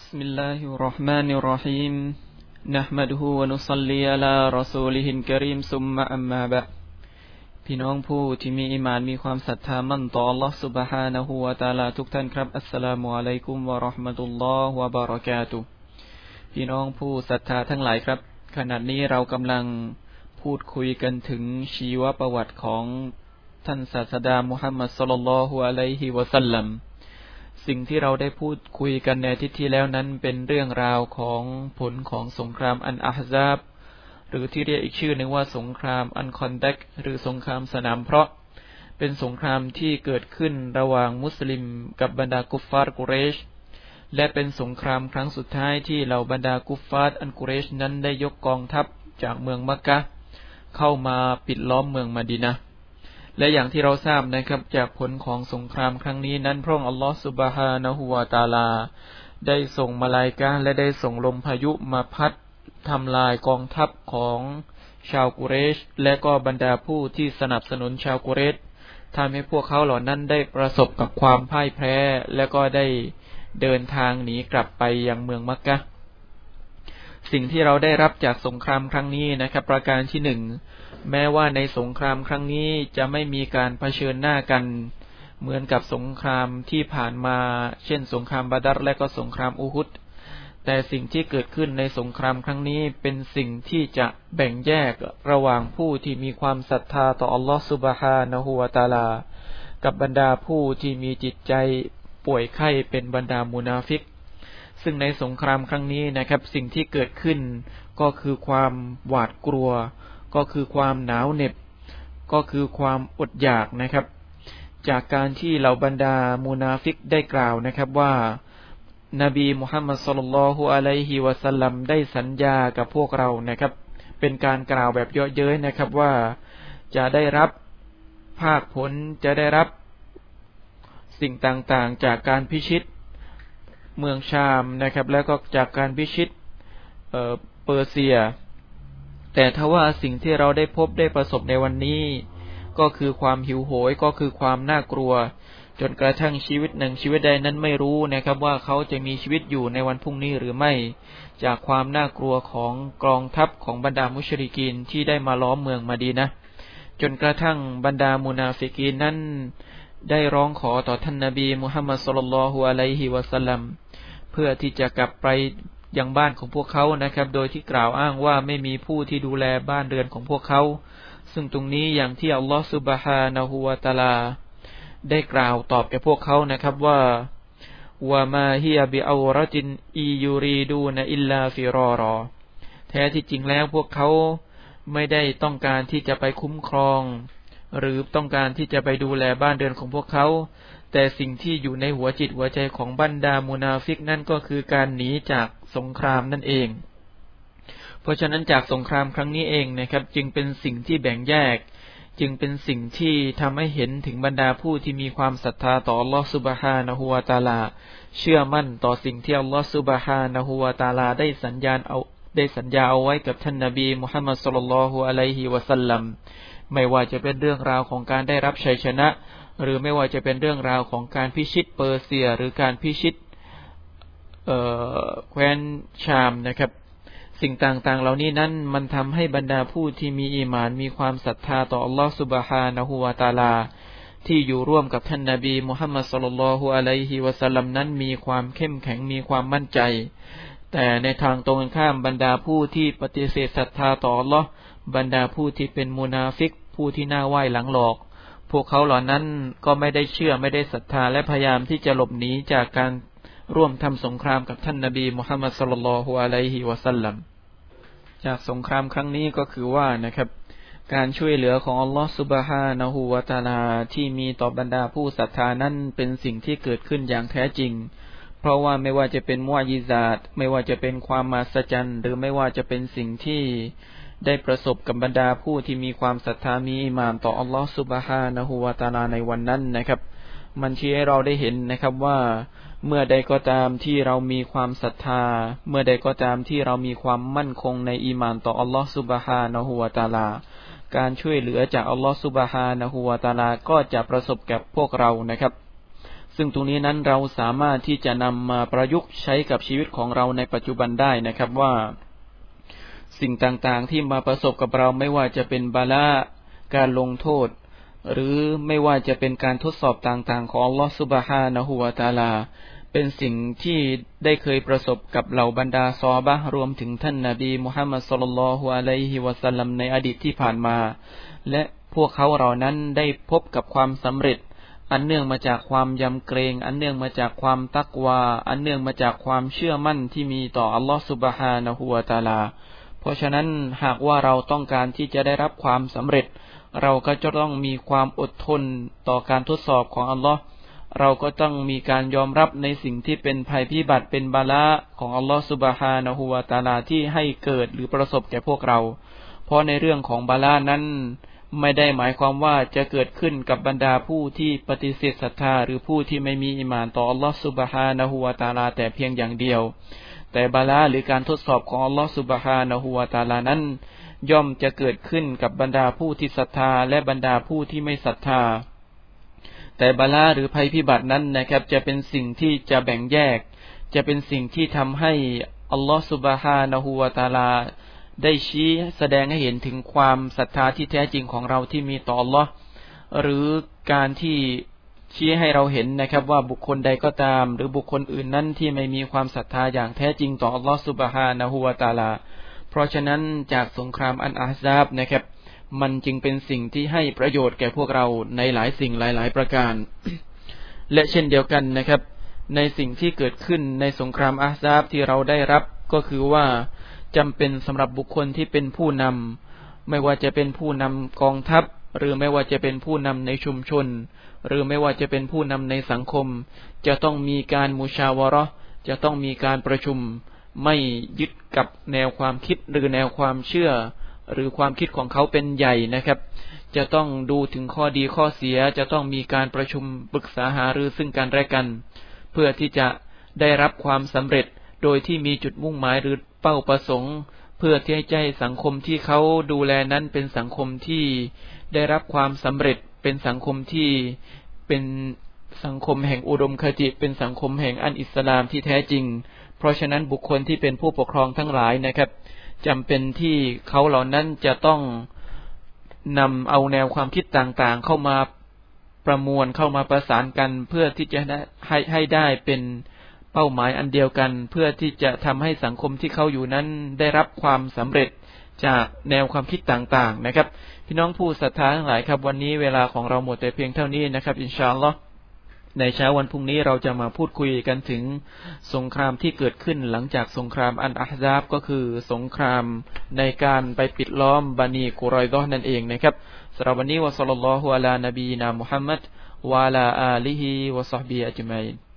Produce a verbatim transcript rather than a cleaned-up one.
بسم الله الرحمن الرحيم نحمده ونصلي على رسوله الكريم ثم أما بعدพี่น้องผู้ที่มีอีหม่านมีความศรัทธามั่นต่อ Allah Subhanahu wa Ta'ala ทุกท่านครับอัสสลามุอะลัยกุมวะเราะห์มะตุลลอฮ์วะบะเราะกาตุฮ์พี่น้องผู้ศรัทธาทั้งหลายครับขณะนี้เรากำลังพูดคุยกันถึงชีวประวัติของท่านศาสดามุฮัมมัดศ็อลลัลลอฮุอะลัยฮิวะซัลลัมสิ่งที่เราได้พูดคุยกันในอาทิตย์ที่แล้วนั้นเป็นเรื่องราวของผลของสงครามอันอะฮซาบหรือที่เรียกอีกชื่อหนึ่งว่าสงครามอันคอนแดกหรือสงครามสนามเพราะเป็นสงครามที่เกิดขึ้นระหว่างมุสลิมกับบรรดากุฟฟาร์กุเรชและเป็นสงครามครั้งสุดท้ายที่เหล่าบรรดากุฟฟาร์อันกุเรชนั้นได้ยกกองทัพจากเมืองมักกะฮ์เข้ามาปิดล้อมเมืองมะดีนะห์และอย่างที่เราทราบนะครับจากผลของสงครามครั้งนี้นั้นพระองค์อัลลอฮฺซุบฮานะฮูวะตะอาลาได้ส่งมลาอิกะฮ์และได้ส่งลมพายุมาพัดทำลายกองทัพของชาวกุเรชและก็บรรดาผู้ที่สนับสนุนชาวกุเรชทำให้พวกเขาเหล่านั้นได้ประสบกับความพ่ายแพ้และก็ได้เดินทางหนีกลับไปยังเมืองมักกะฮ์สิ่งที่เราได้รับจากสงครามครั้งนี้นะครับประการที่หนึ่งแม้ว่าในสงครามครั้งนี้จะไม่มีการเผชิญหน้ากันเหมือนกับสงครามที่ผ่านมาเช่นสงครามบาดัรและก็สงครามอูฮุดแต่สิ่งที่เกิดขึ้นในสงครามครั้งนี้เป็นสิ่งที่จะแบ่งแยกระหว่างผู้ที่มีความศรัทธาต่ออัลลอฮฺซุบฮานะฮูวะตะอาลากับบรรดาผู้ที่มีจิตใจป่วยไข้เป็นบรรดามุนาฟิกซึ่งในสงครามครั้งนี้นะครับสิ่งที่เกิดขึ้นก็คือความหวาดกลัวก็คือความหนาวเหน็บก็คือความอดอยากนะครับจากการที่เหล่าบรรดามุนาฟิกได้กล่าวนะครับว่านบีมุฮัมมัดศ็อลลัลลอฮุอะลัยฮิวะซัลลัมได้สัญญากับพวกเรานะครับเป็นการกล่าวแบบเยาะเย้ยนะครับว่าจะได้รับภาคผลจะได้รับสิ่งต่างๆจากการพิชิตเมืองชามนะครับแล้วก็จากการพิชิตเอ่อเปอร์เซียแต่ทว่าสิ่งที่เราได้พบได้ประสบในวันนี้ก็คือความหิวโหยก็คือความน่ากลัวจนกระทั่งชีวิตหนึ่งชีวิตใดนั้นไม่รู้นะครับว่าเขาจะมีชีวิตอยู่ในวันพรุ่งนี้หรือไม่จากความน่ากลัวของกองทัพของบรรดามุชริกีนที่ได้มาล้อมเมืองมะดีนะห์จนกระทั่งบรรดามุนาฟิกีนนั้นได้ร้องขอต่อท่านนบีมุฮัมมัดศ็อลลัลลอฮุอะลัยฮิวะซัลลัมเพื่อที่จะกลับไปยังบ้านของพวกเขานะครับโดยที่กล่าวอ้างว่าไม่มีผู้ที่ดูแลบ้านเรือนของพวกเขาซึ่งตรงนี้อย่างที่อัลลอฮฺซุบฮานะฮูวะตะอาลาได้กล่าวตอบแก่พวกเขานะครับว่าวะมาฮิยะบิเอาเราะตินอียูรีดูนะอิลลาฟิรอรอแท้ที่จริงแล้วพวกเขาไม่ได้ต้องการที่จะไปคุ้มครองหรือต้องการที่จะไปดูแลบ้านเรือนของพวกเขาแต่สิ่งที่อยู่ในหัวจิตหัวใจของบรรดามุนาฟิกนั่นก็คือการหนีจากสงครามนั่นเองเพราะฉะนั้นจากสงครามครั้งนี้เองนะครับจึงเป็นสิ่งที่แบ่งแยกจึงเป็นสิ่งที่ทำให้เห็นถึงบรรดาผู้ที่มีความศรัทธาต่ออัลลอฮฺซุบฮานะฮูวะตะอาลาเชื่อมั่นต่อสิ่งที่อัลลอฮฺซุบฮานะฮูวะตะอาลาได้สัญญาเอาได้สัญญาเอาไว้กับท่านนบีมุฮัมมัดศ็อลลัลลอฮุอะลัยฮิวะซัลลัมไม่ว่าจะเป็นเรื่องราวของการได้รับชัยชนะหรือไม่ว่าจะเป็นเรื่องราวของการพิชิตเปอร์เซียหรือการพิชิตเอ่อแคว้นชามนะครับสิ่งต่างๆเหล่านี้นั้นมันทำให้บรรดาผู้ที่มีอีหม่านมีความศรัทธาต่ออัลลอฮฺซุบฮานะฮูวะตะอาลาที่อยู่ร่วมกับท่านนบีมุฮัมมัดศ็อลลัลลอฮุอะลัยฮิวะซัลลัมนั้นมีความเข้มแข็งมีความมั่นใจแต่ในทางตรงกันข้ามบรรดาผู้ที่ปฏิเสธศรัทธาต่ออัลลอฮฺบรรดาผู้ที่เป็นมุนาฟิกผู้ที่หน้าไหว้หลังหลอกพวกเขาเหล่านั้นก็ไม่ได้เชื่อไม่ได้ศรัทธาและพยายามที่จะหลบหนีจากการร่วมทำสงครามกับท่านนบีมุฮัมมัดศ็อลลัลลอฮุอะลัยฮิวะซัลลัมจากสงครามครั้งนี้ก็คือว่านะครับการช่วยเหลือของอัลลอฮฺซุบฮานะฮูวะตะอาลาที่มีต่อบรรดาผู้ศรัทธานั้นเป็นสิ่งที่เกิดขึ้นอย่างแท้จริงเพราะว่าไม่ว่าจะเป็นมุอญิซาตไม่ว่าจะเป็นความมหัศจรรย์หรือไม่ว่าจะเป็นสิ่งที่ได้ประสบกับบรรดาผู้ที่มีความศรัทธามีอีหม่านต่ออัลลอฮฺซุบฮานะฮูวะตะอาลาในวันนั้นนะครับมันชี้ให้เราได้เห็นนะครับว่าเมื่อใดก็ตามที่เรามีความศรัทธาเมื่อใดก็ตามที่เรามีความมั่นคงในอีหม่านต่ออัลลอฮฺซุบฮานะฮูวะตะอาลาการช่วยเหลือจากอัลลอฮฺซุบฮานะฮูวะตะอาลาก็จะประสบกับพวกเรานะครับซึ่งตรงนี้นั้นเราสามารถที่จะนำมาประยุกต์ใช้กับชีวิตของเราในปัจจุบันได้นะครับว่าสิ่งต่างๆที่มาประสบกับเราไม่ว่าจะเป็นบาลาการลงโทษหรือไม่ว่าจะเป็นการทดสอบต่างๆของอัลลอฮฺซุบฮานะฮูวะตะอาลาเป็นสิ่งที่ได้เคยประสบกับเหล่าบรรดาซอฮาบะห์รวมถึงท่านนบีมุฮัมมัดศ็อลลัลลอฮุอะลัยฮิวะซัลลัมในอดีตที่ผ่านมาและพวกเขาเหล่านั้นได้พบกับความสำเร็จอันเนื่องมาจากความยำเกรงอันเนื่องมาจากความตักวาอันเนื่องมาจากความเชื่อมั่นที่มีต่ออัลลอฮฺซุบฮานะฮูวะตะอาลาเพราะฉะนั้นหากว่าเราต้องการที่จะได้รับความสำเร็จเราก็จะต้องมีความอดทนต่อการทดสอบของอัลลอฮ์เราก็ต้องมีการยอมรับในสิ่งที่เป็นภัยพิบัติเป็นบาลาของอัลลอฮ์ซุบฮานะฮูวะตะอาลาที่ให้เกิดหรือประสบแก่พวกเราเพราะในเรื่องของบาลานั้นไม่ได้หมายความว่าจะเกิดขึ้นกับบรรดาผู้ที่ปฏิเสธศรัทธาหรือผู้ที่ไม่มีอีหม่านต่ออัลลอฮ์ซุบฮานะฮูวะตะอาลาแต่เพียงอย่างเดียวแต่บาลาหรือการทดสอบของอัลลอฮ์ซุบฮานะฮูวะตะอาลานั้นย่อมจะเกิดขึ้นกับบรรดาผู้ที่ศรัทธาและบรรดาผู้ที่ไม่ศรัทธาแต่บาลาหรือภัยพิบัตินั้นนะครับจะเป็นสิ่งที่จะแบ่งแยกจะเป็นสิ่งที่ทำให้อัลลอฮฺซุบฮานะฮูวะตะอาลาได้ชี้แสดงให้เห็นถึงความศรัทธาที่แท้จริงของเราที่มีต่ออัลลอฮ์หรือการที่ชี้ให้เราเห็นนะครับว่าบุคคลใดก็ตามหรือบุคคลอื่นนั้นที่ไม่มีความศรัทธาอย่างแท้จริงต่ออัลลอฮฺซุบฮานะฮูวะตะอาลาเพราะฉะนั้นจากสงครามอันอาซาบนะครับมันจึงเป็นสิ่งที่ให้ประโยชน์แก่พวกเราในหลายสิ่งหลายๆประการ และเช่นเดียวกันนะครับในสิ่งที่เกิดขึ้นในสงครามอาซาบที่เราได้รับก็คือว่าจำเป็นสำหรับบุคคลที่เป็นผู้นำไม่ว่าจะเป็นผู้นำกองทัพหรือไม่ว่าจะเป็นผู้นำในชุมชนหรือไม่ว่าจะเป็นผู้นำในสังคมจะต้องมีการมุชาวะเราะห์จะต้องมีการประชุมไม่ยึดกับแนวความคิดหรือแนวความเชื่อหรือความคิดของเขาเป็นใหญ่นะครับจะต้องดูถึงข้อดีข้อเสียจะต้องมีการประชุมปรึกษาหารือซึ่งกันและกันเพื่อที่จะได้รับความสำเร็จโดยที่มีจุดมุ่งหมายหรือเป้าประสงค์เพื่อที่จะให้สังคมที่เขาดูแลนั้นเป็นสังคมที่ได้รับความสำเร็จเป็นสังคมที่เป็นสังคมแห่งอุดมคติเป็นสังคมแห่งอันอิสลามที่แท้จริงเพราะฉะนั้นบุคคลที่เป็นผู้ปกครองทั้งหลายนะครับจำเป็นที่เขาเหล่านั้นจะต้องนำเอาแนวความคิดต่างๆเข้ามาประมวลเข้ามาประสานกันเพื่อที่จะให้ให้ได้เป็นเป้าหมายอันเดียวกันเพื่อที่จะทำให้สังคมที่เขาอยู่นั้นได้รับความสำเร็จจากแนวความคิดต่างๆนะครับพี่น้องผู้ศรัทธาทั้งหลายครับวันนี้เวลาของเราหมดแต่เพียงเท่านี้นะครับอินชาอัลลอฮ์ในเช้าวันพรุ่งนี้เราจะมาพูดคุยกันถึงสงครามที่เกิดขึ้นหลังจากสงครามอันอะฮซาบก็คือสงครามในการไปปิดล้อมบันีกุรอยฎอนั่นเองนะครับสำหรับวันนี้วะศ็อลลัลลอฮุอะลานบีนามุฮัมมัดวะอะลาอาลิฮิวะศอฮบิฮิอัจมัยน์